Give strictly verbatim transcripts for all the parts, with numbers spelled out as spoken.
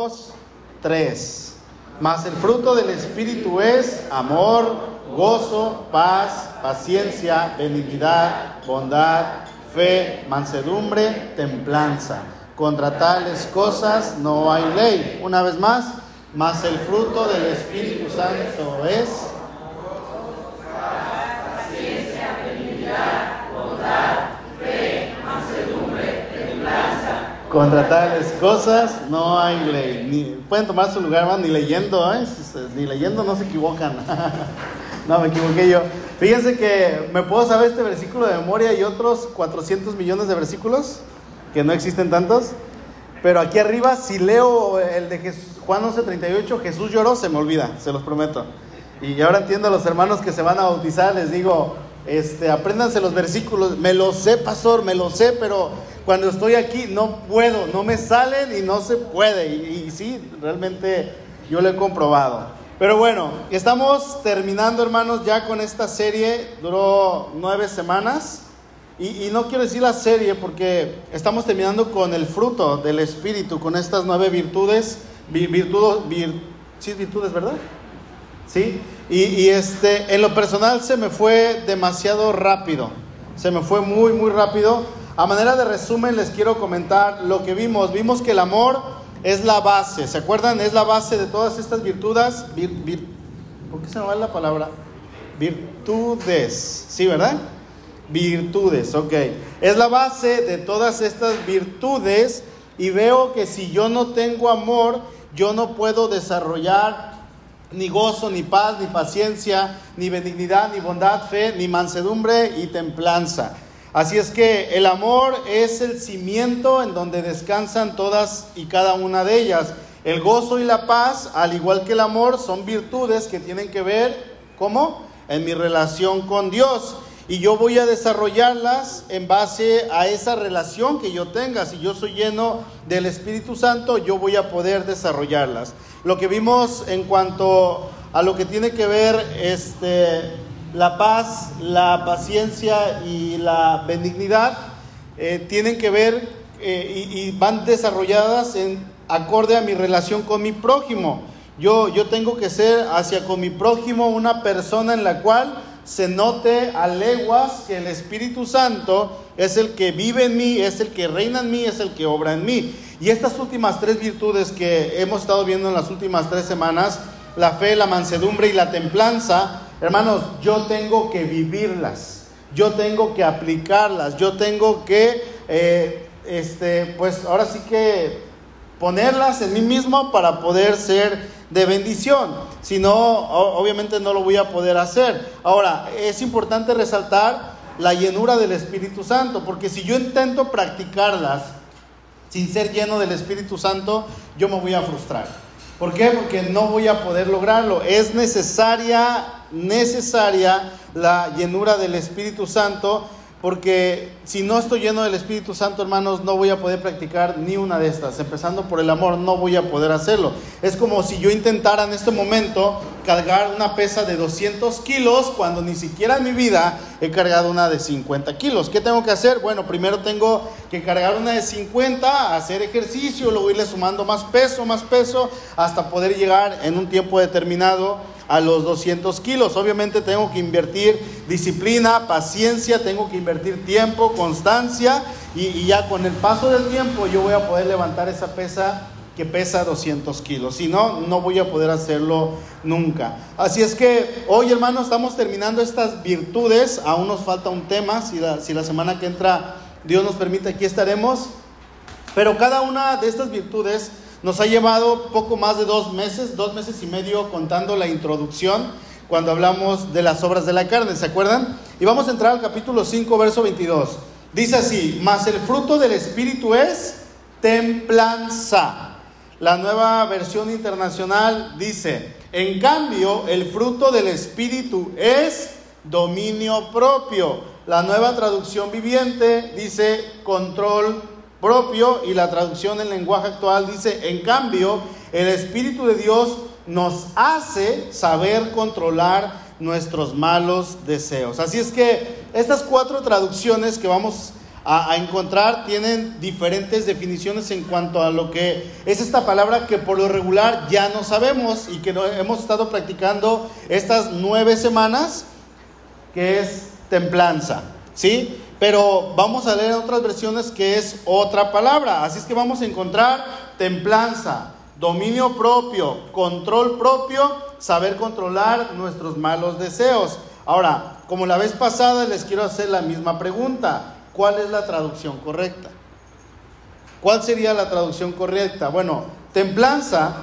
dos, tres. Mas el fruto del Espíritu es amor, gozo, paz, paciencia, benignidad, bondad, fe, mansedumbre, templanza. Contra tales cosas no hay ley. Una vez más, mas el fruto del Espíritu Santo es paciencia, benignidad, bondad, fe, mansedumbre, templanza. Contra tales cosas no hay ley. Ni, pueden tomar su lugar, man, ni leyendo, ¿eh? Ni leyendo no se equivocan. No, me equivoqué yo. Fíjense que me puedo saber este versículo de memoria y otros cuatrocientos millones de versículos, que no existen tantos. Pero aquí arriba, si leo el de Jesús, Juan once treinta y ocho, Jesús lloró, se me olvida, se los prometo. Y ahora entiendo a los hermanos que se van a bautizar, les digo, este, apréndanse los versículos. Me los sé, pastor, me los sé, pero cuando estoy aquí no puedo, no me salen y no se puede. Y, y sí, realmente yo lo he comprobado. Pero bueno, estamos terminando, hermanos, ya con esta serie. Duró nueve semanas. Y, y no quiero decir la serie porque estamos terminando con el fruto del Espíritu, con estas nueve virtudes. Virtudes, vir, sí, virtudes, ¿verdad? Sí. Y, y este, en lo personal se me fue demasiado rápido. Se me fue muy, muy rápido. A manera de resumen les quiero comentar lo que vimos. Vimos que el amor es la base, ¿se acuerdan? Es la base de todas estas virtudes. Vir, vir, ¿Por qué se me va la palabra? Virtudes, ¿sí, verdad? Virtudes, ok. Es la base de todas estas virtudes. Y veo que si yo no tengo amor, yo no puedo desarrollar ni gozo, ni paz, ni paciencia, ni benignidad, ni bondad, fe, ni mansedumbre y templanza. Así es que el amor es el cimiento en donde descansan todas y cada una de ellas. El gozo y la paz, al igual que el amor, son virtudes que tienen que ver, ¿cómo? En mi relación con Dios. Y yo voy a desarrollarlas en base a esa relación que yo tenga. Si yo soy lleno del Espíritu Santo, yo voy a poder desarrollarlas. Lo que vimos en cuanto a lo que tiene que ver este... la paz, la paciencia y la benignidad eh, tienen que ver eh, y, y van desarrolladas en acorde a mi relación con mi prójimo. Yo, yo tengo que ser hacia con mi prójimo una persona en la cual se note a leguas que el Espíritu Santo es el que vive en mí, es el que reina en mí, es el que obra en mí. Y estas últimas tres virtudes que hemos estado viendo en las últimas tres semanas, la fe, la mansedumbre y la templanza, hermanos, yo tengo que vivirlas, yo tengo que aplicarlas, yo tengo que, eh, este, pues ahora sí que ponerlas en mí mismo para poder ser de bendición. Si no, obviamente no lo voy a poder hacer. Ahora, es importante resaltar la llenura del Espíritu Santo, porque si yo intento practicarlas sin ser lleno del Espíritu Santo, yo me voy a frustrar. ¿Por qué? Porque no voy a poder lograrlo. Es necesaria, necesaria la llenura del Espíritu Santo, porque si no estoy lleno del Espíritu Santo, hermanos, no voy a poder practicar ni una de estas. Empezando por el amor, no voy a poder hacerlo. Es como si yo intentara en este momento cargar una pesa de doscientos kilos cuando ni siquiera en mi vida he cargado una de cincuenta kilos. ¿Qué tengo que hacer? Bueno, primero tengo que cargar una de cincuenta, hacer ejercicio, luego irle sumando más peso, más peso, hasta poder llegar en un tiempo determinado a los doscientos kilos. Obviamente tengo que invertir disciplina, paciencia, tengo que invertir tiempo, constancia, y, y ya con el paso del tiempo yo voy a poder levantar esa pesa que pesa doscientos kilos. Si no, no voy a poder hacerlo nunca. Así es que hoy, hermanos, estamos terminando estas virtudes. Aún nos falta un tema. Si la, si la semana que entra Dios nos permite, aquí estaremos. Pero cada una de estas virtudes nos ha llevado poco más de dos meses, dos meses y medio contando la introducción, cuando hablamos de las obras de la carne, ¿se acuerdan? Y vamos a entrar al capítulo cinco, verso veintidós. Dice así: mas el fruto del Espíritu es templanza. La Nueva Versión Internacional dice: en cambio, el fruto del Espíritu es dominio propio. La Nueva Traducción Viviente dice control propio, y la traducción en lenguaje actual dice: en cambio, el Espíritu de Dios nos hace saber controlar nuestros malos deseos. Así es que estas cuatro traducciones que vamos a, a encontrar, tienen diferentes definiciones en cuanto a lo que es esta palabra que por lo regular ya no sabemos y que no, hemos estado practicando estas nueve semanas, que es templanza, ¿sí? Pero vamos a leer otras versiones que es otra palabra. Así es que vamos a encontrar templanza, dominio propio, control propio, saber controlar nuestros malos deseos. Ahora, como la vez pasada, les quiero hacer la misma pregunta. ¿Cuál es la traducción correcta? ¿Cuál sería la traducción correcta? Bueno, templanza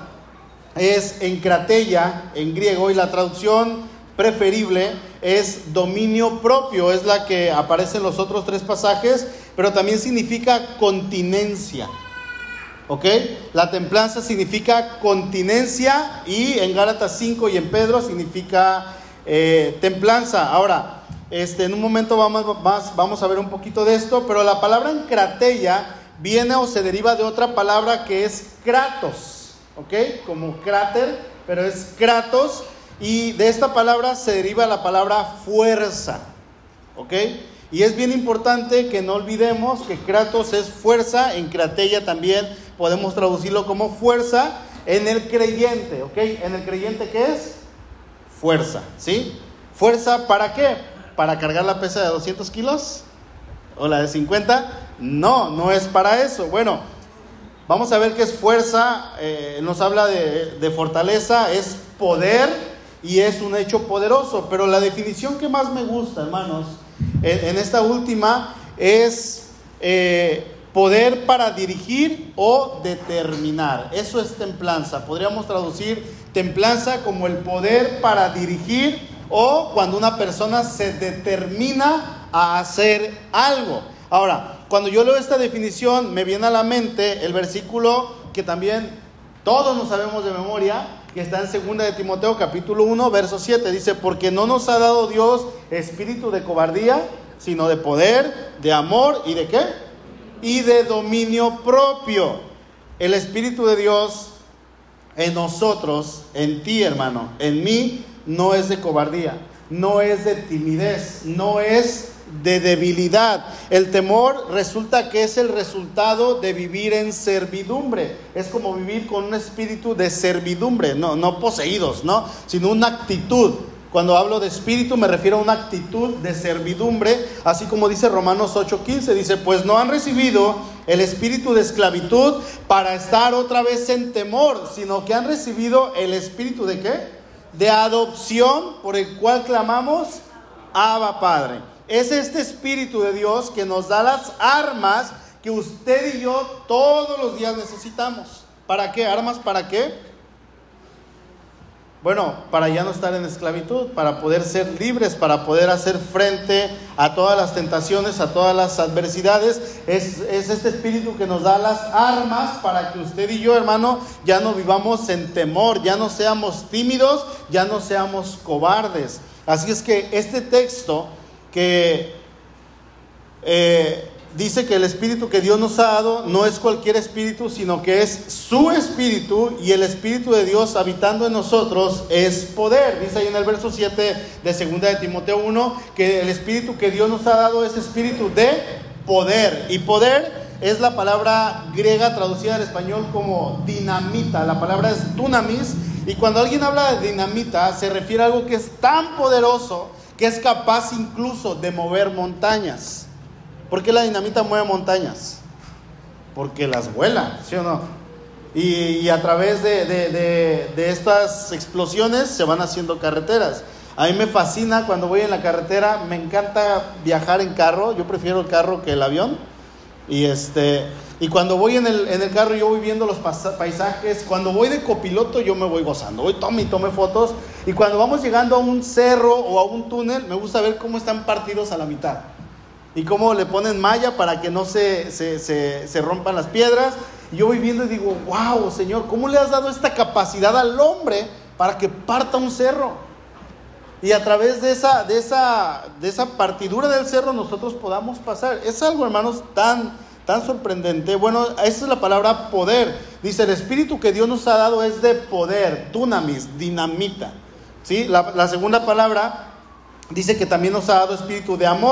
es encrateia en griego y la traducción preferible es dominio propio, es la que aparece en los otros tres pasajes, pero también significa continencia, ¿ok? La templanza significa continencia y en Gálatas cinco y en Pedro significa eh, templanza. Ahora, este, en un momento vamos, más, vamos a ver un poquito de esto, pero la palabra encrateia viene o se deriva de otra palabra que es kratos, ¿ok? Como cráter, pero es kratos. Y de esta palabra se deriva la palabra fuerza, ¿ok? Y es bien importante que no olvidemos que kratos es fuerza, en krateia también podemos traducirlo como fuerza, en el creyente, ¿ok? ¿En el creyente qué es? Fuerza, ¿sí? ¿Fuerza para qué? ¿Para cargar la pesa de doscientos kilos? ¿O la de cincuenta? No, no es para eso. Bueno, vamos a ver qué es fuerza, eh, nos habla de, de fortaleza, es poder. Y es un hecho poderoso, pero la definición que más me gusta, hermanos, en, en esta última es eh, poder para dirigir o determinar. Eso es templanza. Podríamos traducir templanza como el poder para dirigir o cuando una persona se determina a hacer algo. Ahora, cuando yo leo esta definición, me viene a la mente el versículo que también todos nos sabemos de memoria, que está en segunda de Timoteo capítulo uno, verso siete, dice: porque no nos ha dado Dios espíritu de cobardía, sino de poder, de amor y de ¿qué? Y de dominio propio. El Espíritu de Dios en nosotros, en ti, hermano, en mí, no es de cobardía, no es de timidez, no es de debilidad. El temor resulta que es el resultado de vivir en servidumbre. Es como vivir con un espíritu de servidumbre, no, no poseídos, ¿no? Sino una actitud. Cuando hablo de espíritu me refiero a una actitud de servidumbre, así como dice Romanos ocho quince, dice: pues no han recibido el espíritu de esclavitud para estar otra vez en temor, sino que han recibido el espíritu de ¿qué? De adopción, por el cual clamamos: Abba, Padre. Es este Espíritu de Dios que nos da las armas que usted y yo todos los días necesitamos. ¿Para qué? ¿Armas para qué? Bueno, para ya no estar en esclavitud, para poder ser libres, para poder hacer frente a todas las tentaciones, a todas las adversidades. Es, es este Espíritu que nos da las armas para que usted y yo, hermano, ya no vivamos en temor, ya no seamos tímidos, ya no seamos cobardes. Así es que este texto que eh, dice que el espíritu que Dios nos ha dado no es cualquier espíritu, sino que es su espíritu, y el Espíritu de Dios habitando en nosotros es poder. Dice ahí en el verso siete de segunda de Timoteo uno que el espíritu que Dios nos ha dado es espíritu de poder, y poder es la palabra griega traducida al español como dinamita. La palabra es dunamis, y cuando alguien habla de dinamita se refiere a algo que es tan poderoso que es capaz incluso de mover montañas. ¿Por qué la dinamita mueve montañas? Porque las vuela, ¿sí o no? Y, y a través de, de, de, de estas explosiones se van haciendo carreteras. A mí me fascina cuando voy en la carretera, me encanta viajar en carro, yo prefiero el carro que el avión. Y este y cuando voy en el, en el carro yo voy viendo los paisajes. Cuando voy de copiloto yo me voy gozando, voy tome y tome fotos. Y cuando vamos llegando a un cerro o a un túnel, me gusta ver cómo están partidos a la mitad y cómo le ponen malla para que no se, se, se, se rompan las piedras. Y yo voy viendo y digo: wow, Señor, ¿cómo le has dado esta capacidad al hombre para que parta un cerro? Y a través de esa, de esa, de esa partidura del cerro nosotros podamos pasar. Es algo, hermanos, tan, tan sorprendente. Bueno, esa es la palabra poder. Dice: el espíritu que Dios nos ha dado es de poder, dunamis, dinamita. ¿Sí? La, la segunda palabra dice que también nos ha dado espíritu de amor.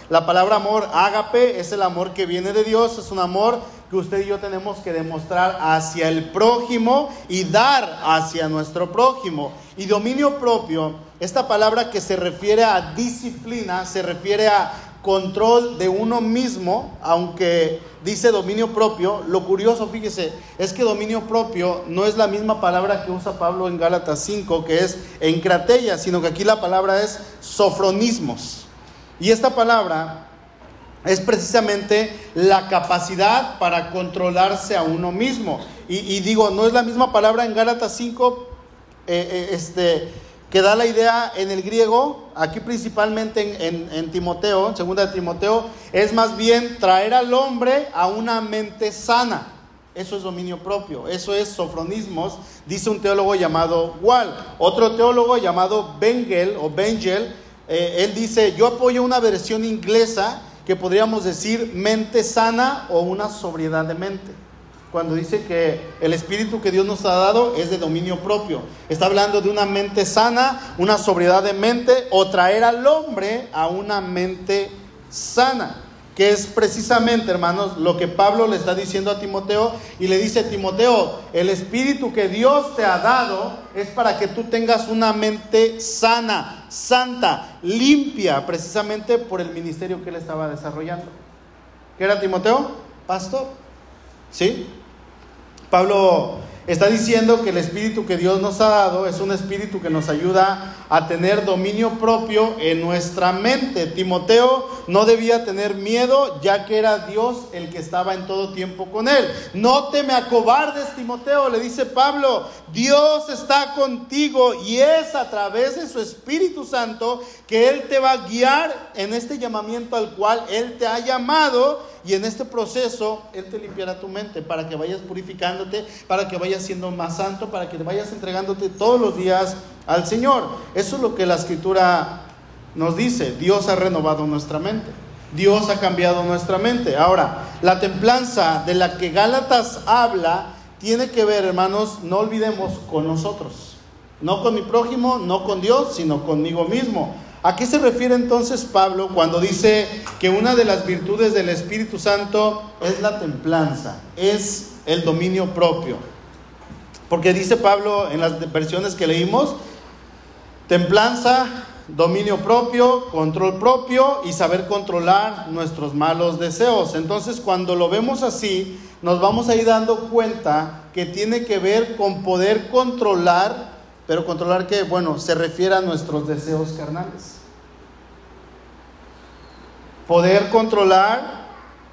La palabra amor, ágape, es el amor que viene de Dios, es un amor que usted y yo tenemos que demostrar hacia el prójimo y dar hacia nuestro prójimo. Y dominio propio, esta palabra que se refiere a disciplina, se refiere a control de uno mismo, aunque dice dominio propio. Lo curioso, fíjese, es que dominio propio no es la misma palabra que usa Pablo en Gálatas cinco, que es encrateia, sino que aquí la palabra es sofronismos. Y esta palabra es precisamente la capacidad para controlarse a uno mismo. Y, y digo, no es la misma palabra en Gálatas cinco, eh, eh, este... que da la idea en el griego, aquí principalmente en, en, en Timoteo, en segunda de Timoteo, es más bien traer al hombre a una mente sana. Eso es dominio propio, eso es sofronismos, dice un teólogo llamado Wall. Otro teólogo llamado Bengel o Bengel, eh, él dice, yo apoyo una versión inglesa que podríamos decir mente sana o una sobriedad de mente. Cuando dice que el espíritu que Dios nos ha dado es de dominio propio, está hablando de una mente sana, una sobriedad de mente, o traer al hombre a una mente sana, que es precisamente, hermanos, lo que Pablo le está diciendo a Timoteo, y le dice: Timoteo, el espíritu que Dios te ha dado es para que tú tengas una mente sana, santa, limpia, precisamente por el ministerio que él estaba desarrollando. ¿Qué era Timoteo? Pastor. ¿Sí? Pablo está diciendo que el espíritu que Dios nos ha dado es un espíritu que nos ayuda a tener dominio propio en nuestra mente. Timoteo no debía tener miedo, ya que era Dios el que estaba en todo tiempo con él. No te me acobardes, Timoteo, le dice Pablo. Dios está contigo y es a través de su Espíritu Santo que Él te va a guiar en este llamamiento al cual Él te ha llamado. Y en este proceso, Él te limpiará tu mente para que vayas purificándote, para que vayas siendo más santo, para que te vayas entregándote todos los días al Señor. Eso es lo que la Escritura nos dice. Dios ha renovado nuestra mente. Dios ha cambiado nuestra mente. Ahora, la templanza de la que Gálatas habla tiene que ver, hermanos, no olvidemos, con nosotros. No con mi prójimo, no con Dios, sino conmigo mismo. ¿A qué se refiere entonces Pablo cuando dice que una de las virtudes del Espíritu Santo es la templanza, es el dominio propio? Porque dice Pablo en las versiones que leímos, templanza, dominio propio, control propio y saber controlar nuestros malos deseos. Entonces, cuando lo vemos así, nos vamos a ir dando cuenta que tiene que ver con poder controlar. Pero controlar que, bueno, se refiere a nuestros deseos carnales. Poder controlar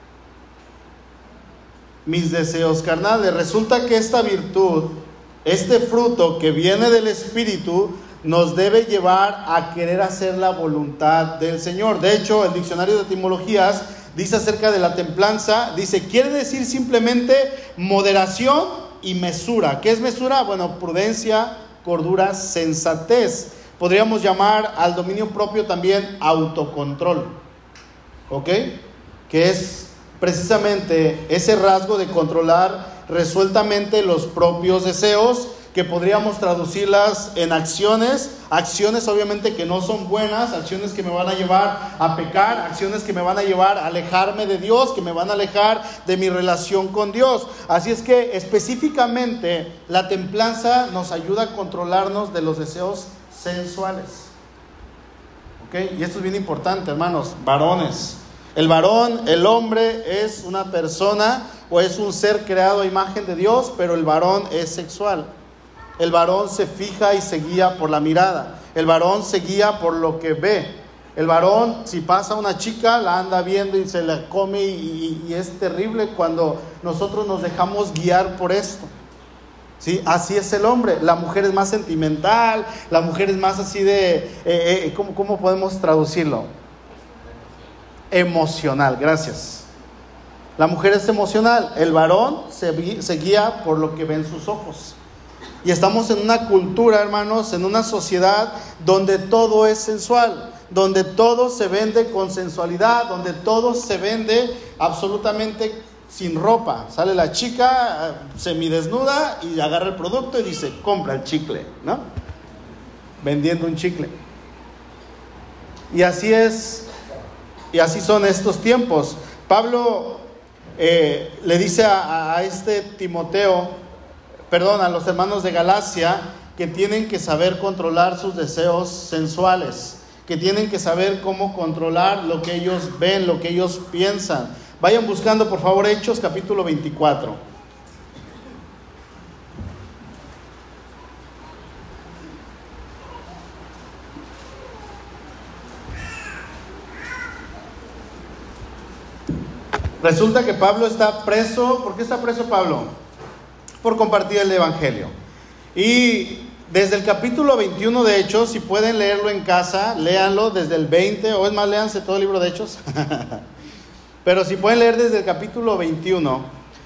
mis deseos carnales. Resulta que esta virtud, este fruto que viene del Espíritu, nos debe llevar a querer hacer la voluntad del Señor. De hecho, el diccionario de etimologías dice acerca de la templanza, dice, quiere decir simplemente moderación y mesura. ¿Qué es mesura? Bueno, prudencia, cordura, sensatez. Podríamos llamar al dominio propio también autocontrol, ¿ok? Que es precisamente ese rasgo de controlar resueltamente los propios deseos, que podríamos traducirlas en acciones, acciones obviamente que no son buenas, acciones que me van a llevar a pecar, acciones que me van a llevar a alejarme de Dios, que me van a alejar de mi relación con Dios. Así es que específicamente la templanza nos ayuda a controlarnos de los deseos sensuales. ¿Ok? Y esto es bien importante, hermanos, varones. El varón, el hombre es una persona o es un ser creado a imagen de Dios, pero el varón es sexual. El varón se fija y se guía por la mirada. El varón se guía por lo que ve. El varón, si pasa una chica, la anda viendo y se la come y, y es terrible cuando nosotros nos dejamos guiar por esto. ¿Sí? Así es el hombre. La mujer es más sentimental, la mujer es más así de... Eh, eh, ¿cómo, ¿Cómo podemos traducirlo? Emocional, gracias. La mujer es emocional. El varón se, se guía por lo que ven sus ojos. Y estamos en una cultura, hermanos, en una sociedad donde todo es sensual, donde todo se vende con sensualidad, donde todo se vende absolutamente sin ropa. Sale la chica semidesnuda y agarra el producto y dice, compra el chicle, ¿no? Vendiendo un chicle. Y así es Y así son estos tiempos. Pablo eh, le dice a, a este Timoteo, perdón, a los hermanos de Galacia, que tienen que saber controlar sus deseos sensuales, que tienen que saber cómo controlar lo que ellos ven, lo que ellos piensan. Vayan buscando, por favor, Hechos capítulo veinticuatro. Resulta que Pablo está preso. ¿Por qué está preso Pablo? Por compartir el evangelio. Y desde el capítulo veintiuno de Hechos, si pueden leerlo en casa, léanlo desde el veinte, o es más, léanse todo el libro de Hechos. Pero si pueden leer desde el capítulo veintiuno,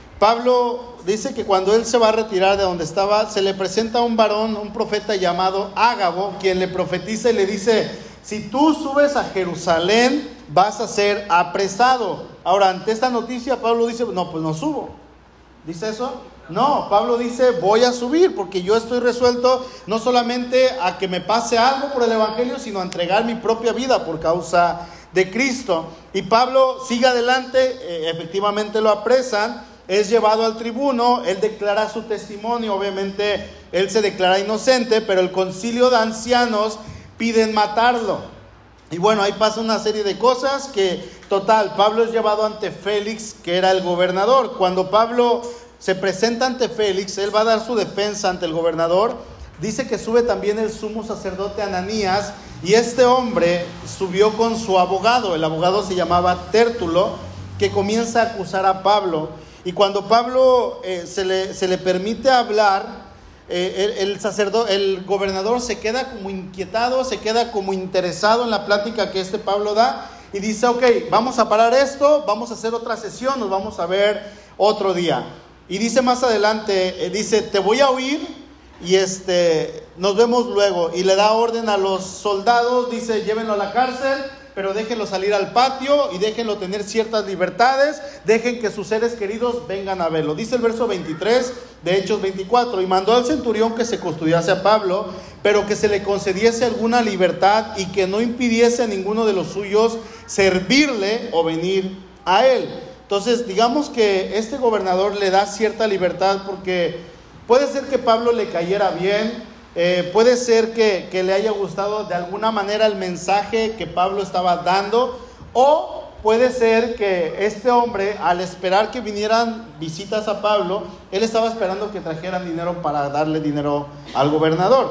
Pablo dice que cuando él se va a retirar de donde estaba, se le presenta un varón, un profeta llamado Ágabo, quien le profetiza y le dice: si tú subes a Jerusalén, vas a ser apresado. Ahora, ante esta noticia, Pablo dice: no, pues no subo. ¿Dice eso? No, Pablo dice: voy a subir, porque yo estoy resuelto no solamente a que me pase algo por el evangelio, sino a entregar mi propia vida por causa de Cristo. Y Pablo sigue adelante, eh, efectivamente lo apresan, es llevado al tribuno, él declara su testimonio, obviamente él se declara inocente, pero el concilio de ancianos piden matarlo. Y bueno, ahí pasa una serie de cosas que, total, Pablo es llevado ante Félix, que era el gobernador. Cuando Pablo se presenta ante Félix, él va a dar su defensa ante el gobernador. Dice que sube también el sumo sacerdote Ananías, y este hombre subió con su abogado. El abogado se llamaba Tértulo, que comienza a acusar a Pablo. Y cuando Pablo eh, se, le, se le permite hablar, eh, el, el sacerdote, el gobernador se queda como inquietado, se queda como interesado en la plática que este Pablo da, y dice: ok, vamos a parar esto, vamos a hacer otra sesión, nos vamos a ver otro día. Y dice más adelante, eh, dice: te voy a oír y este, nos vemos luego. Y le da orden a los soldados, dice: llévenlo a la cárcel, pero déjenlo salir al patio y déjenlo tener ciertas libertades, dejen que sus seres queridos vengan a verlo. Dice el verso veintitrés de Hechos veinticuatro: y mandó al centurión que se custodiase a Pablo, pero que se le concediese alguna libertad y que no impidiese a ninguno de los suyos servirle o venir a él. Entonces, digamos que este gobernador le da cierta libertad porque puede ser que Pablo le cayera bien, eh, puede ser que, que le haya gustado de alguna manera el mensaje que Pablo estaba dando, o puede ser que este hombre, al esperar que vinieran visitas a Pablo, él estaba esperando que trajeran dinero para darle dinero al gobernador,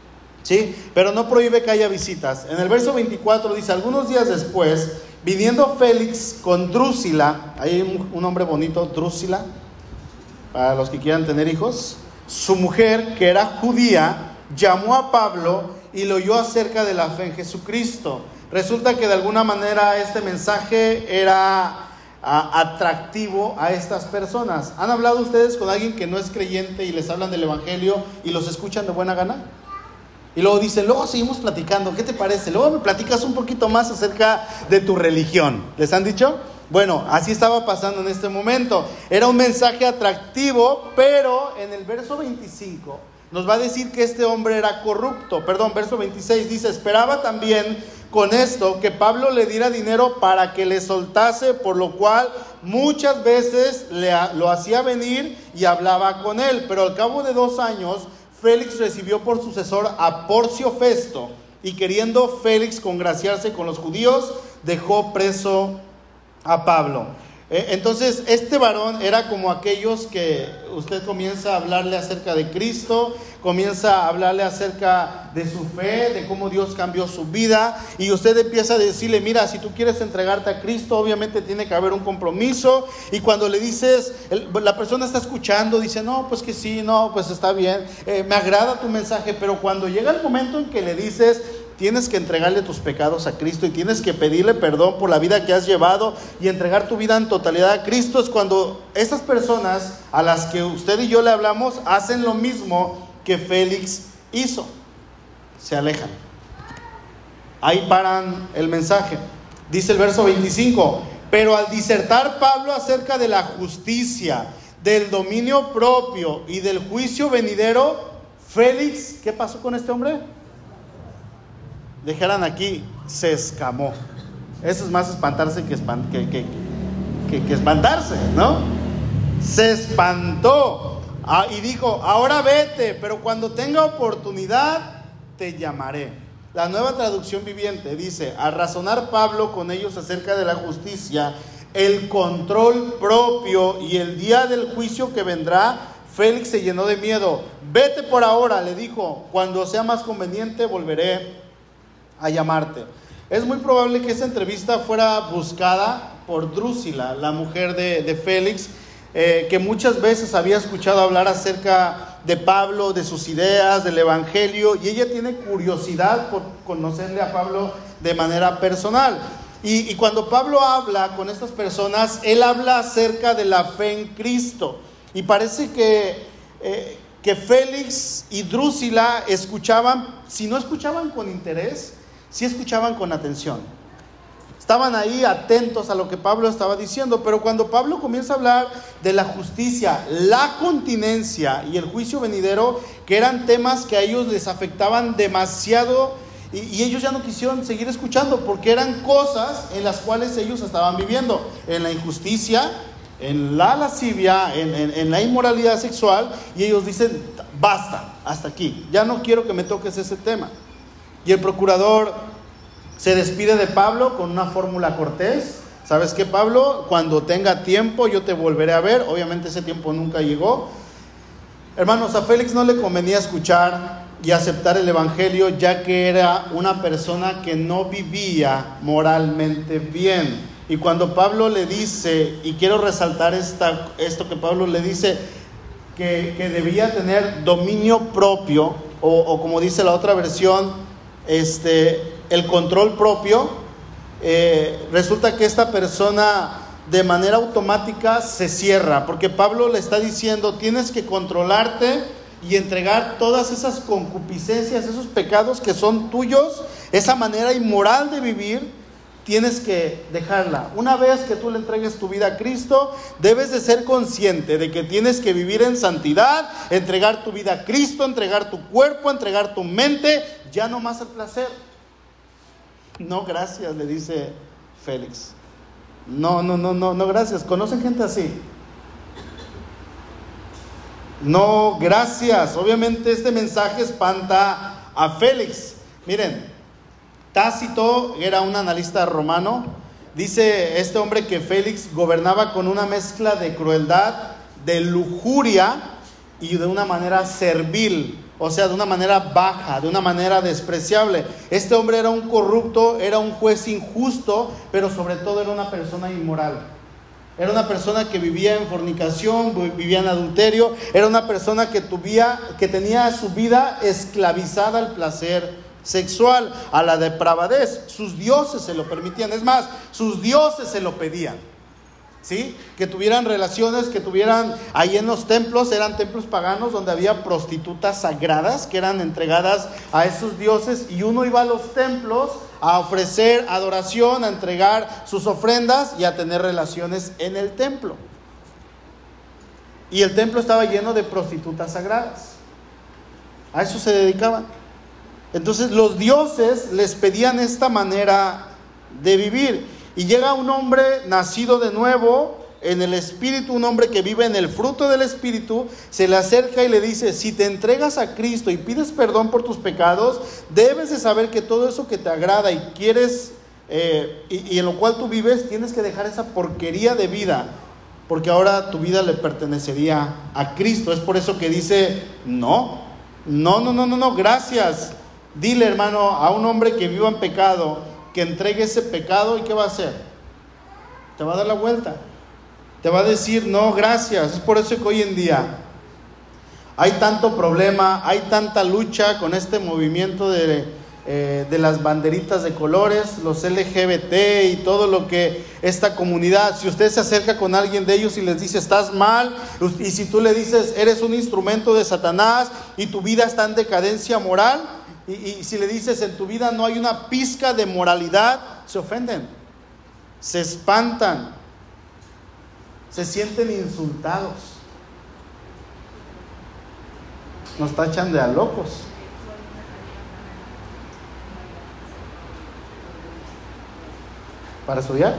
¿sí? Pero no prohíbe que haya visitas. En el verso veinticuatro dice: algunos días después, viniendo Félix con Drusila, hay un, un nombre bonito, Drusila, para los que quieran tener hijos, su mujer, que era judía, llamó a Pablo y le oyó acerca de la fe en Jesucristo. Resulta que de alguna manera este mensaje era a, atractivo a estas personas. ¿Han hablado ustedes con alguien que no es creyente y les hablan del evangelio y los escuchan de buena gana? Y luego dicen: luego seguimos platicando, ¿qué te parece? Luego me platicas un poquito más acerca de tu religión. ¿Les han dicho? Bueno, así estaba pasando en este momento. Era un mensaje atractivo, pero en el verso veinticinco nos va a decir que este hombre era corrupto. Perdón, verso veintiséis dice: esperaba también con esto que Pablo le diera dinero para que le soltase, por lo cual muchas veces le, lo hacía venir y hablaba con él. Pero al cabo de dos años, Félix recibió por sucesor a Porcio Festo, y queriendo Félix congraciarse con los judíos, dejó preso a Pablo. Entonces, este varón era como aquellos que usted comienza a hablarle acerca de Cristo, comienza a hablarle acerca de su fe, de cómo Dios cambió su vida, y usted empieza a decirle: mira, si tú quieres entregarte a Cristo, obviamente tiene que haber un compromiso. Y cuando le dices, la persona está escuchando, dice: no, pues que sí, no, pues está bien, eh, me agrada tu mensaje. Pero cuando llega el momento en que le dices: tienes que entregarle tus pecados a Cristo y tienes que pedirle perdón por la vida que has llevado y entregar tu vida en totalidad a Cristo, es cuando esas personas a las que usted y yo le hablamos hacen lo mismo que Félix hizo: se alejan. Ahí paran el mensaje. Dice el verso veinticinco: pero al disertar Pablo acerca de la justicia, del dominio propio y del juicio venidero, Félix, ¿qué pasó con este hombre? Dejaran aquí, se escamó. Eso es más espantarse que, espan- que, que, que, que espantarse, ¿no? Se espantó ah, y dijo, ahora vete, pero cuando tenga oportunidad te llamaré. La Nueva Traducción Viviente dice, al razonar Pablo con ellos acerca de la justicia, el control propio y el día del juicio que vendrá, Félix se llenó de miedo. Vete por ahora, le dijo, cuando sea más conveniente volveré a llamarte. Es muy probable que esa entrevista fuera buscada por Drusila, la mujer de, de Félix, eh, que muchas veces había escuchado hablar acerca de Pablo, de sus ideas, del Evangelio, y ella tiene curiosidad por conocerle a Pablo de manera personal. Y, y cuando Pablo habla con estas personas, él habla acerca de la fe en Cristo. Y parece que, eh, que Félix y Drusila escuchaban, si no escuchaban con interés, sí escuchaban con atención. Estaban ahí atentos a lo que Pablo estaba diciendo, pero cuando Pablo comienza a hablar de la justicia, la continencia y el juicio venidero, que eran temas que a ellos les afectaban demasiado, y, y ellos ya no quisieron seguir escuchando, porque eran cosas en las cuales ellos estaban viviendo, en la injusticia, en la lascivia, en, en, en la inmoralidad sexual, y ellos dicen, basta, hasta aquí, ya no quiero que me toques ese tema. Y el procurador se despide de Pablo con una fórmula cortés. ¿Sabes qué, Pablo? Cuando tenga tiempo yo te volveré a ver. Obviamente ese tiempo nunca llegó. Hermanos, a Félix no le convenía escuchar y aceptar el Evangelio, ya que era una persona que no vivía moralmente bien. Y cuando Pablo le dice, y quiero resaltar esta, esto que Pablo le dice, que, que debía tener dominio propio, o, o como dice la otra versión, Este, el control propio, eh, resulta que esta persona de manera automática se cierra, porque Pablo le está diciendo, tienes que controlarte y entregar todas esas concupiscencias, esos pecados que son tuyos, esa manera inmoral de vivir, tienes que dejarla. Una vez que tú le entregues tu vida a Cristo, debes de ser consciente de que tienes que vivir en santidad, entregar tu vida a Cristo, entregar tu cuerpo, entregar tu mente, ya no más al placer. No, gracias, le dice Félix. No, no, no, no, no, gracias. ¿Conocen gente así? No, gracias. Obviamente este mensaje espanta a Félix. Miren, Tácito era un analista romano. Dice este hombre que Félix gobernaba con una mezcla de crueldad, de lujuria y de una manera servil, o sea, de una manera baja, de una manera despreciable. Este hombre era un corrupto, era un juez injusto, pero sobre todo era una persona inmoral. Era una persona que vivía en fornicación, vivía en adulterio, era una persona que, tuvía, que tenía su vida esclavizada al placer sexual, a la depravadez. Sus dioses se lo permitían, es más, sus dioses se lo pedían, ¿sí? Que tuvieran relaciones, que tuvieran ahí en los templos, eran templos paganos donde había prostitutas sagradas que eran entregadas a esos dioses, y uno iba a los templos a ofrecer adoración, a entregar sus ofrendas y a tener relaciones en el templo. Y el templo estaba lleno de prostitutas sagradas. A eso se dedicaban. Entonces los dioses les pedían esta manera de vivir. Y llega un hombre nacido de nuevo en el Espíritu, un hombre que vive en el fruto del Espíritu, se le acerca y le dice, si te entregas a Cristo y pides perdón por tus pecados, debes de saber que todo eso que te agrada y quieres, eh, y, y en lo cual tú vives, tienes que dejar esa porquería de vida, porque ahora tu vida le pertenecería a Cristo. Es por eso que dice, no, no, no, no, no, no, gracias. Dile, hermano, a un hombre que viva en pecado, que entregue ese pecado, ¿y qué va a hacer? Te va a dar la vuelta. Te va a decir, no, gracias. Es por eso que hoy en día hay tanto problema, hay tanta lucha con este movimiento de, eh, de las banderitas de colores, los L G B T y todo lo que esta comunidad, si usted se acerca con alguien de ellos y les dice, estás mal, y si tú le dices, eres un instrumento de Satanás y tu vida está en decadencia moral, Y, y si le dices, en tu vida no hay una pizca de moralidad, se ofenden, se espantan, se sienten insultados, nos tachan de a locos. ¿Para estudiar?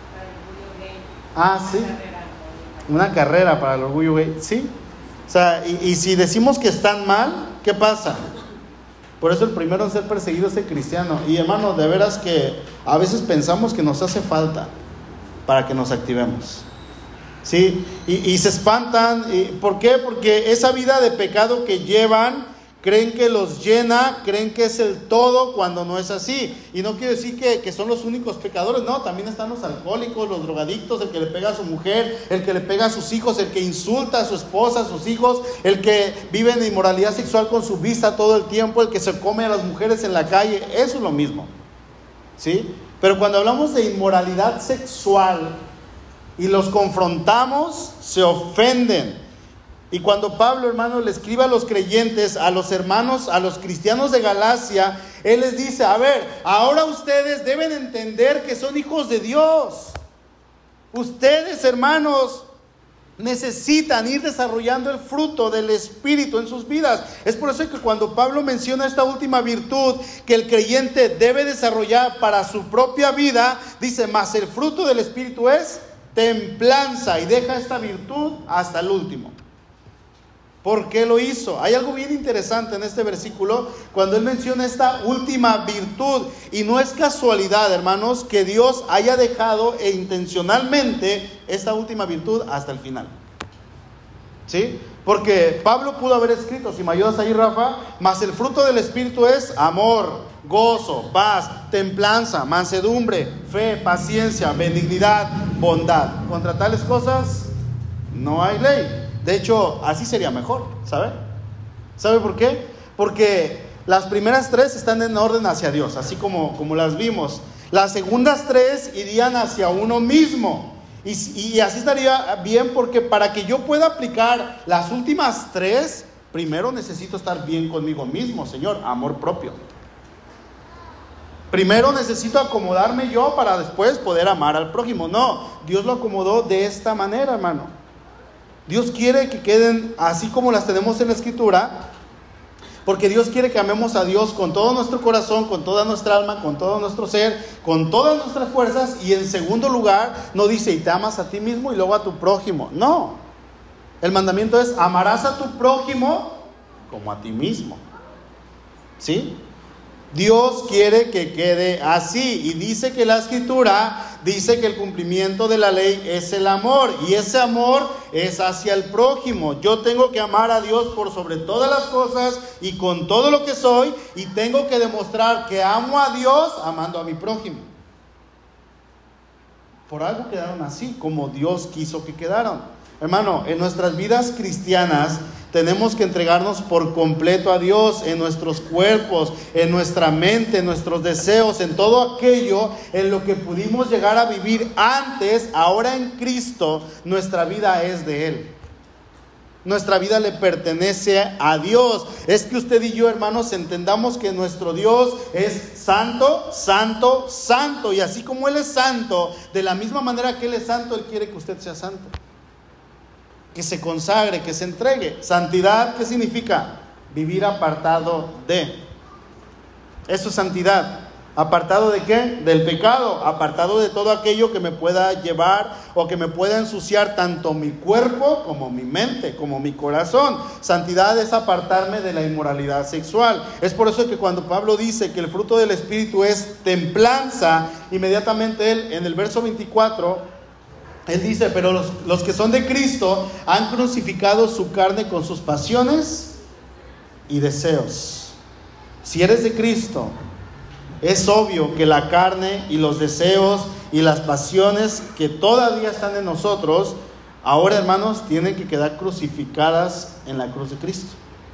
Ah, sí. Una carrera para el orgullo gay. Sí. O sea, y, y si decimos que están mal, ¿qué pasa? Por eso el primero en ser perseguido es el cristiano. Y hermano, de veras que a veces pensamos que nos hace falta para que nos activemos. ¿Sí? Y, y se espantan. Y, ¿por qué? Porque esa vida de pecado que llevan, creen que los llena, creen que es el todo, cuando no es así. Y no quiero decir que, que son los únicos pecadores, no, también están los alcohólicos, los drogadictos, el que le pega a su mujer, el que le pega a sus hijos, el que insulta a su esposa, a sus hijos, el que vive en inmoralidad sexual con su vista todo el tiempo, el que se come a las mujeres en la calle. Eso es lo mismo, ¿sí? Pero cuando hablamos de inmoralidad sexual y los confrontamos, se ofenden. Y cuando Pablo, hermano, le escribe a los creyentes, a los hermanos, a los cristianos de Galacia, él les dice, a ver, ahora ustedes deben entender que son hijos de Dios. Ustedes, hermanos, necesitan ir desarrollando el fruto del Espíritu en sus vidas. Es por eso que cuando Pablo menciona esta última virtud que el creyente debe desarrollar para su propia vida, dice, mas el fruto del Espíritu es templanza, y deja esta virtud hasta el último. ¿Por qué lo hizo? Hay algo bien interesante en este versículo cuando él menciona esta última virtud. Y no es casualidad, hermanos, que Dios haya dejado e intencionalmente esta última virtud hasta el final. ¿Sí? Porque Pablo pudo haber escrito, si me ayudas ahí, Rafa, mas el fruto del Espíritu es amor, gozo, paz, templanza, mansedumbre, fe, paciencia, benignidad, bondad. Contra tales cosas no hay ley. De hecho, así sería mejor, ¿sabe? ¿Sabe por qué? Porque las primeras tres están en orden hacia Dios, así como, como las vimos. Las segundas tres irían hacia uno mismo. Y, y así estaría bien, porque para que yo pueda aplicar las últimas tres, primero necesito estar bien conmigo mismo, Señor, amor propio. Primero necesito acomodarme yo para después poder amar al prójimo. No, Dios lo acomodó de esta manera, hermano. Dios quiere que queden así como las tenemos en la Escritura, porque Dios quiere que amemos a Dios con todo nuestro corazón, con toda nuestra alma, con todo nuestro ser, con todas nuestras fuerzas. Y en segundo lugar, no dice, y te amas a ti mismo y luego a tu prójimo. No, el mandamiento es, amarás a tu prójimo como a ti mismo. ¿Sí? Dios quiere que quede así, y dice que la Escritura dice que el cumplimiento de la ley es el amor, y ese amor es hacia el prójimo. Yo tengo que amar a Dios por sobre todas las cosas y con todo lo que soy, y tengo que demostrar que amo a Dios amando a mi prójimo. Por algo quedaron así, como Dios quiso que quedaran. Hermano, en nuestras vidas cristianas tenemos que entregarnos por completo a Dios, en nuestros cuerpos, en nuestra mente, en nuestros deseos, en todo aquello en lo que pudimos llegar a vivir antes. Ahora en Cristo, nuestra vida es de Él. Nuestra vida le pertenece a Dios. Es que usted y yo, hermanos, entendamos que nuestro Dios es santo, santo, santo. Y así como Él es santo, de la misma manera que Él es santo, Él quiere que usted sea santo. Que se consagre, que se entregue. Santidad, ¿qué significa? Vivir apartado de. Eso es santidad. ¿Apartado de qué? Del pecado. Apartado de todo aquello que me pueda llevar o que me pueda ensuciar tanto mi cuerpo como mi mente, como mi corazón. Santidad es apartarme de la inmoralidad sexual. Es por eso que cuando Pablo dice que el fruto del Espíritu es templanza, inmediatamente él en el verso veinticuatro... Él dice, pero los, los que son de Cristo han crucificado su carne con sus pasiones y deseos. Si eres de Cristo, es obvio que la carne y los deseos y las pasiones que todavía están en nosotros, ahora, hermanos, tienen que quedar crucificadas en la cruz de Cristo.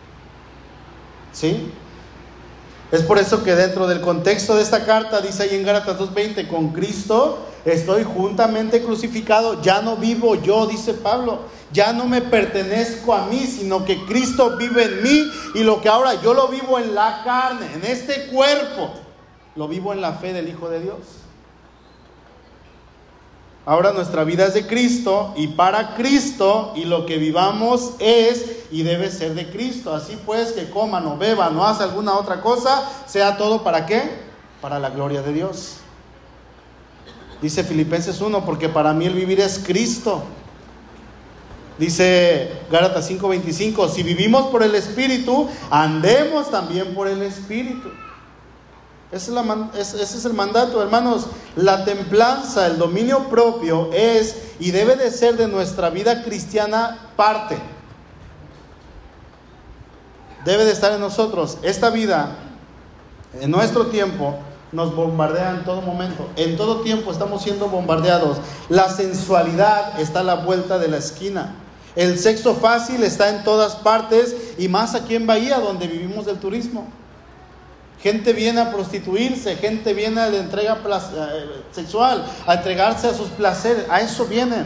¿Sí? Es por eso que dentro del contexto de esta carta, dice ahí en Gálatas dos veinte, con Cristo estoy juntamente crucificado, ya no vivo yo, dice Pablo, ya no me pertenezco a mí, sino que Cristo vive en mí, y lo que ahora yo lo vivo en la carne, en este cuerpo, lo vivo en la fe del Hijo de Dios. Ahora nuestra vida es de Cristo y para Cristo, y lo que vivamos es y debe ser de Cristo. Así pues, que coman o beban o hagan alguna otra cosa, sea todo ¿para qué? Para la gloria de Dios. Dice Filipenses uno, porque para mí el vivir es Cristo. Dice Gálatas cinco veinticinco, si vivimos por el Espíritu, andemos también por el Espíritu. Ese es, la, ese es el mandato, hermanos. La templanza, el dominio propio es y debe de ser de nuestra vida cristiana parte. Debe de estar en nosotros. Esta vida, en nuestro tiempo, nos bombardea en todo momento. En todo tiempo estamos siendo bombardeados. La sensualidad está a la vuelta de la esquina. El sexo fácil está en todas partes y más aquí en Bahía, donde vivimos del turismo. Gente viene a prostituirse, gente viene a la entrega sexual, a entregarse a sus placeres. A eso vienen.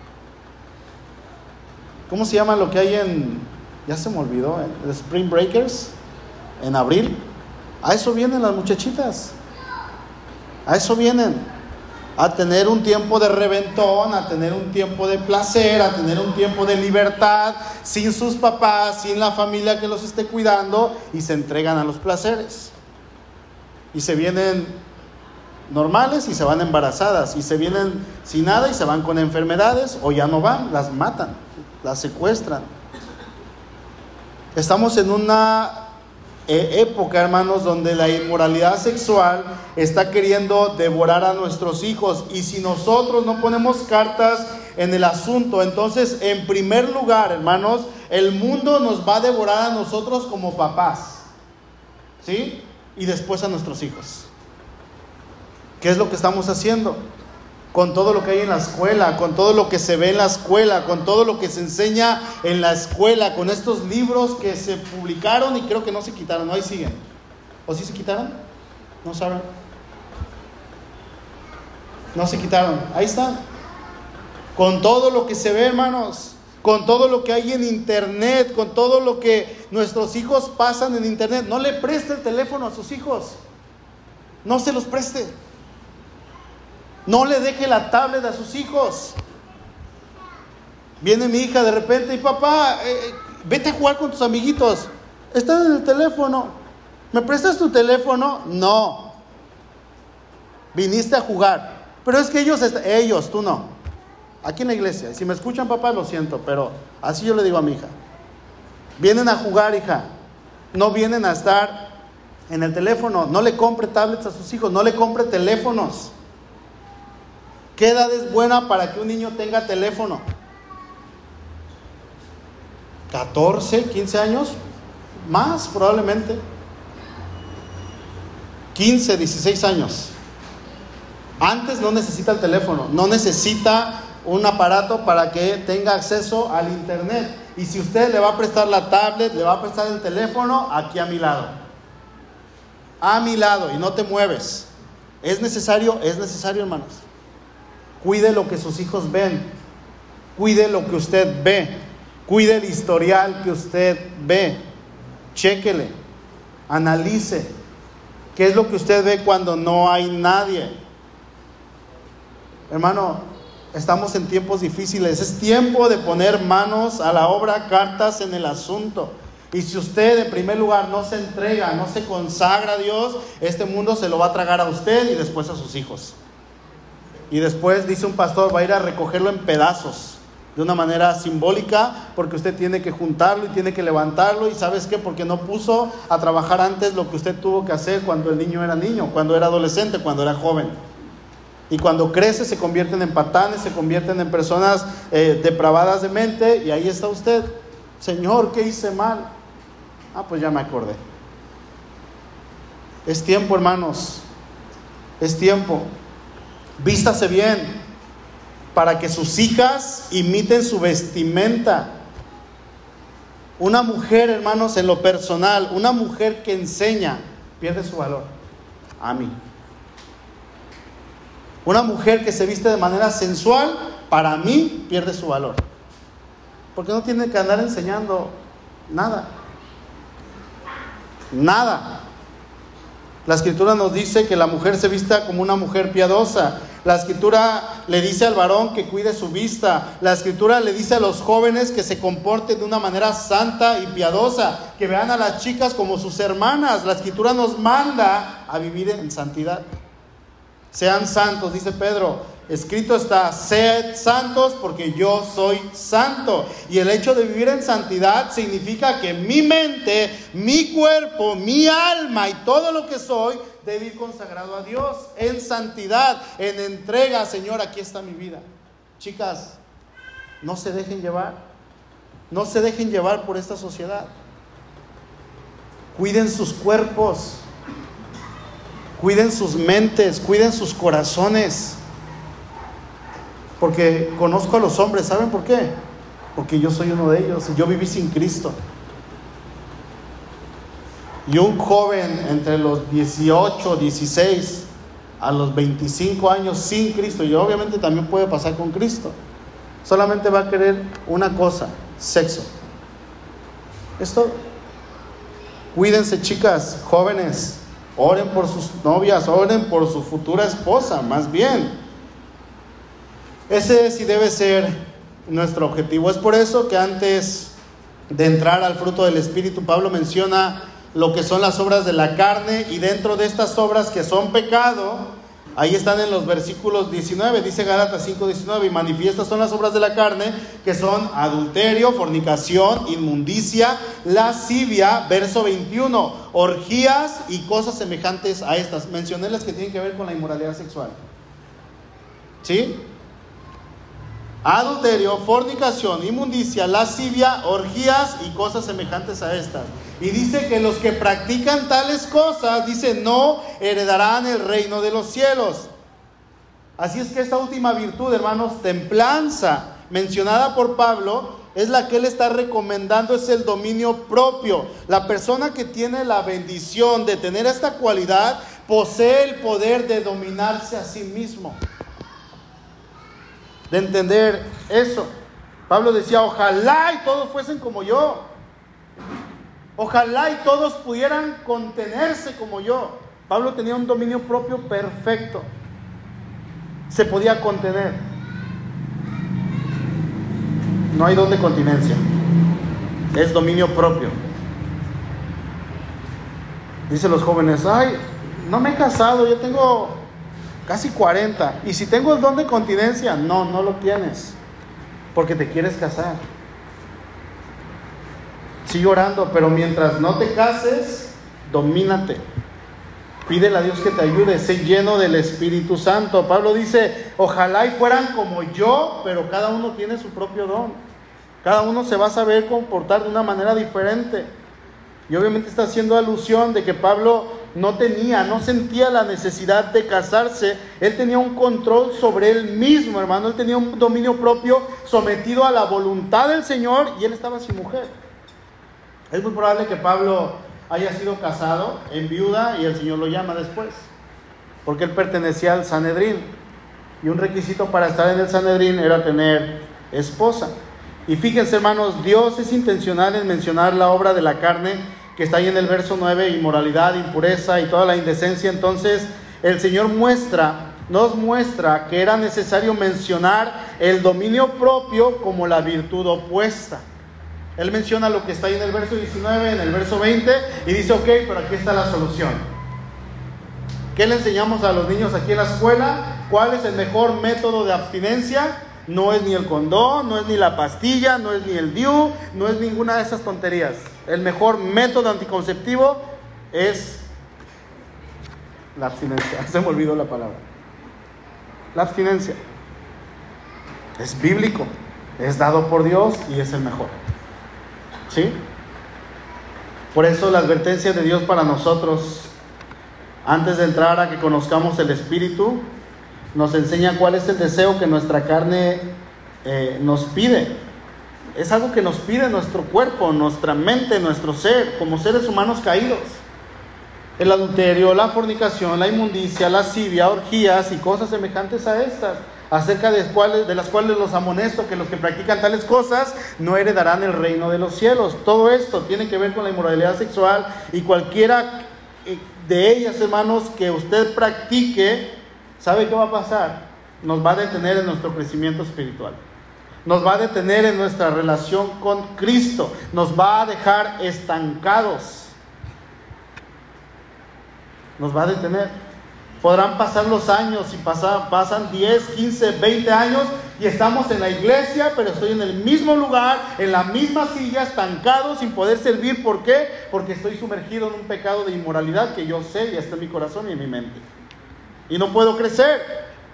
¿Cómo se llama lo que hay en... ya se me olvidó, en Spring Breakers, en abril? A eso vienen las muchachitas. A eso vienen. A tener un tiempo de reventón, a tener un tiempo de placer, a tener un tiempo de libertad, sin sus papás, sin la familia que los esté cuidando, y se entregan a los placeres. Y se vienen normales y se van embarazadas, y se vienen sin nada y se van con enfermedades, o ya no van, las matan, las secuestran. Estamos en una eh, época, hermanos, donde la inmoralidad sexual está queriendo devorar a nuestros hijos, y si nosotros no ponemos cartas en el asunto, entonces en primer lugar, hermanos, el mundo nos va a devorar a nosotros como papás, ¿sí? Y después a nuestros hijos. ¿Qué es lo que estamos haciendo? Con todo lo que hay en la escuela, con todo lo que se ve en la escuela, con todo lo que se enseña en la escuela, con estos libros que se publicaron y creo que no se quitaron, ¿no? Ahí siguen. ¿O sí se quitaron? ¿No saben? No se quitaron, ahí están. Con todo lo que se ve, hermanos, con todo lo que hay en internet, con todo lo que nuestros hijos pasan en internet. No le preste el teléfono a sus hijos. No se los preste. No le deje la tablet a sus hijos. Viene mi hija de repente y papá, eh, vete a jugar con tus amiguitos. Están en el teléfono. ¿Me prestas tu teléfono? No. Viniste a jugar. Pero es que ellos, est- ellos, tú no. Aquí en la iglesia. Si me escuchan, papá, lo siento, pero así yo le digo a mi hija. Vienen a jugar, hija. No vienen a estar en el teléfono. No le compre tablets a sus hijos. No le compre teléfonos. ¿Qué edad es buena para que un niño tenga teléfono? ¿catorce, quince años? Más probablemente. quince, dieciséis años. Antes no necesita el teléfono. No necesita un aparato para que tenga acceso al internet. Y si usted le va a prestar la tablet, le va a prestar el teléfono, aquí a mi lado. A mi lado, y no te mueves. ¿Es necesario? Es necesario, hermanos. Cuide lo que sus hijos ven. Cuide lo que usted ve. Cuide el historial que usted ve. Chéquele. Analice. ¿Qué es lo que usted ve cuando no hay nadie? Hermano, estamos en tiempos difíciles. Es tiempo de poner manos a la obra, cartas en el asunto. Y si usted en primer lugar no se entrega, no se consagra a Dios, este mundo se lo va a tragar a usted y después a sus hijos. Y después, dice un pastor, va a ir a recogerlo en pedazos, de una manera simbólica, porque usted tiene que juntarlo y tiene que levantarlo. ¿Y sabes qué? Porque no puso a trabajar antes lo que usted tuvo que hacer cuando el niño era niño, cuando era adolescente, cuando era joven. Y cuando crece se convierten en patanes, se convierten en personas eh, depravadas de mente. Y ahí está usted. Señor, ¿qué hice mal? Ah, pues ya me acordé. Es tiempo, hermanos. Es tiempo. Vístase bien para que sus hijas imiten su vestimenta. Una mujer, hermanos, en lo personal, una mujer que enseña, pierde su valor. A mí. Una mujer que se viste de manera sensual, para mí, pierde su valor. Porque no tiene que andar enseñando nada. Nada. La Escritura nos dice que la mujer se vista como una mujer piadosa. La Escritura le dice al varón que cuide su vista. La Escritura le dice a los jóvenes que se comporten de una manera santa y piadosa, que vean a las chicas como sus hermanas. La Escritura nos manda a vivir en santidad. Sean santos, dice Pedro. Escrito está, sed santos porque yo soy santo. Y el hecho de vivir en santidad significa que mi mente, mi cuerpo, mi alma y todo lo que soy debe ir consagrado a Dios en santidad, en entrega. Señor, aquí está mi vida. Chicas, no se dejen llevar, no se dejen llevar por esta sociedad. Cuiden sus cuerpos, cuiden sus mentes, cuiden sus corazones. Porque conozco a los hombres, ¿saben por qué? Porque yo soy uno de ellos y yo viví sin Cristo. Y un joven entre los dieciocho, dieciséis a los veinticinco años sin Cristo, y obviamente también puede pasar con Cristo, solamente va a querer una cosa: sexo. Esto, cuídense, chicas, jóvenes, oren por sus novias, oren por su futura esposa, más bien. Ese sí debe ser nuestro objetivo. Es por eso que antes de entrar al fruto del Espíritu, Pablo menciona lo que son las obras de la carne, y dentro de estas obras que son pecado, ahí están en los versículos diecinueve, dice Gálatas cinco diecinueve, y manifiestas son las obras de la carne, que son adulterio, fornicación, inmundicia, lascivia, verso veintiuno, orgías y cosas semejantes a estas. Mencioné las que tienen que ver con la inmoralidad sexual. ¿Sí? Adulterio, fornicación, inmundicia, lascivia, orgías y cosas semejantes a estas. Y dice que los que practican tales cosas, dice, no heredarán el reino de los cielos. Así es que esta última virtud, hermanos, templanza, mencionada por Pablo, es la que él está recomendando, es el dominio propio. La persona que tiene la bendición de tener esta cualidad, posee el poder de dominarse a sí mismo, de entender eso. Pablo decía, ojalá y todos fuesen como yo. Ojalá y todos pudieran contenerse como yo. Pablo tenía un dominio propio perfecto. Se podía contener. No hay don de continencia. Es dominio propio. Dicen los jóvenes, ay, no me he casado, yo tengo casi cuarenta. Y si tengo el don de continencia, no, no lo tienes, porque te quieres casar. Sigue orando, pero mientras no te cases, domínate. Pídele a Dios que te ayude, sé lleno del Espíritu Santo. Pablo dice, ojalá y fueran como yo, pero cada uno tiene su propio don. Cada uno se va a saber comportar de una manera diferente. Y obviamente está haciendo alusión de que Pablo no tenía, no sentía la necesidad de casarse. Él tenía un control sobre él mismo, hermano. Él tenía un dominio propio sometido a la voluntad del Señor, y él estaba sin mujer. Es muy probable que Pablo haya sido casado en viuda y el Señor lo llama después, porque él pertenecía al Sanedrín, y un requisito para estar en el Sanedrín era tener esposa. Y fíjense, hermanos, Dios es intencional en mencionar la obra de la carne que está ahí en el verso nueve, inmoralidad, impureza y toda la indecencia. Entonces el Señor muestra, nos muestra que era necesario mencionar el dominio propio como la virtud opuesta. Él menciona lo que está ahí en el verso diecinueve, en el verso veinte, y dice, ok, pero aquí está la solución. ¿Qué le enseñamos a los niños aquí en la escuela? ¿Cuál es el mejor método de abstinencia? No es ni el condón, no es ni la pastilla, no es ni el D I U, no es ninguna de esas tonterías. El mejor método anticonceptivo es la abstinencia. Se me olvidó la palabra. La abstinencia. Es bíblico, es dado por Dios y es el mejor. ¿Sí? Por eso la advertencia de Dios para nosotros, antes de entrar a que conozcamos el Espíritu, nos enseña cuál es el deseo que nuestra carne eh, nos pide. Es algo que nos pide nuestro cuerpo, nuestra mente, nuestro ser, como seres humanos caídos. El adulterio, la fornicación, la inmundicia, la lascivia, orgías y cosas semejantes a estas, acerca de, cuales, de las cuales los amonesto que los que practican tales cosas no heredarán el reino de los cielos. Todo esto tiene que ver con la inmoralidad sexual, y cualquiera de ellas, hermanos, que usted practique, ¿sabe qué va a pasar? Nos va a detener en nuestro crecimiento espiritual. Nos va a detener en nuestra relación con Cristo. Nos va a dejar estancados. Nos va a detener. Podrán pasar los años y pasa, pasan diez, quince, veinte años y estamos en la iglesia, pero estoy en el mismo lugar, en la misma silla, estancado, sin poder servir. ¿Por qué? Porque estoy sumergido en un pecado de inmoralidad que yo sé y está en mi corazón y en mi mente. Y no puedo crecer.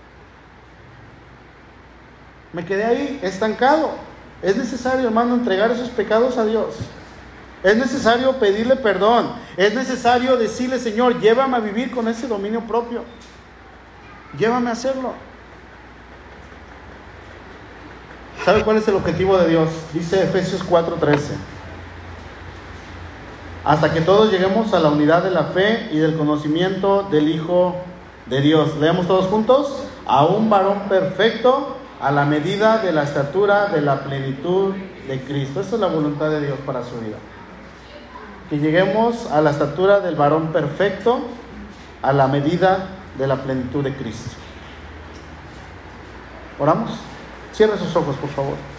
Me quedé ahí, estancado. Es necesario, hermano, entregar esos pecados a Dios. Es necesario pedirle perdón. Es necesario decirle: Señor, llévame a vivir con ese dominio propio. Llévame a hacerlo. ¿Sabe cuál es el objetivo de Dios? Dice Efesios cuatro trece. Hasta que todos lleguemos a la unidad de la fe y del conocimiento del Hijo de Dios. Leemos todos juntos. A un varón perfecto, a la medida de la estatura de la plenitud de Cristo. Esa es la voluntad de Dios para su vida. Que lleguemos a la estatura del varón perfecto, a la medida de la plenitud de Cristo. ¿Oramos? Cierre sus ojos, por favor.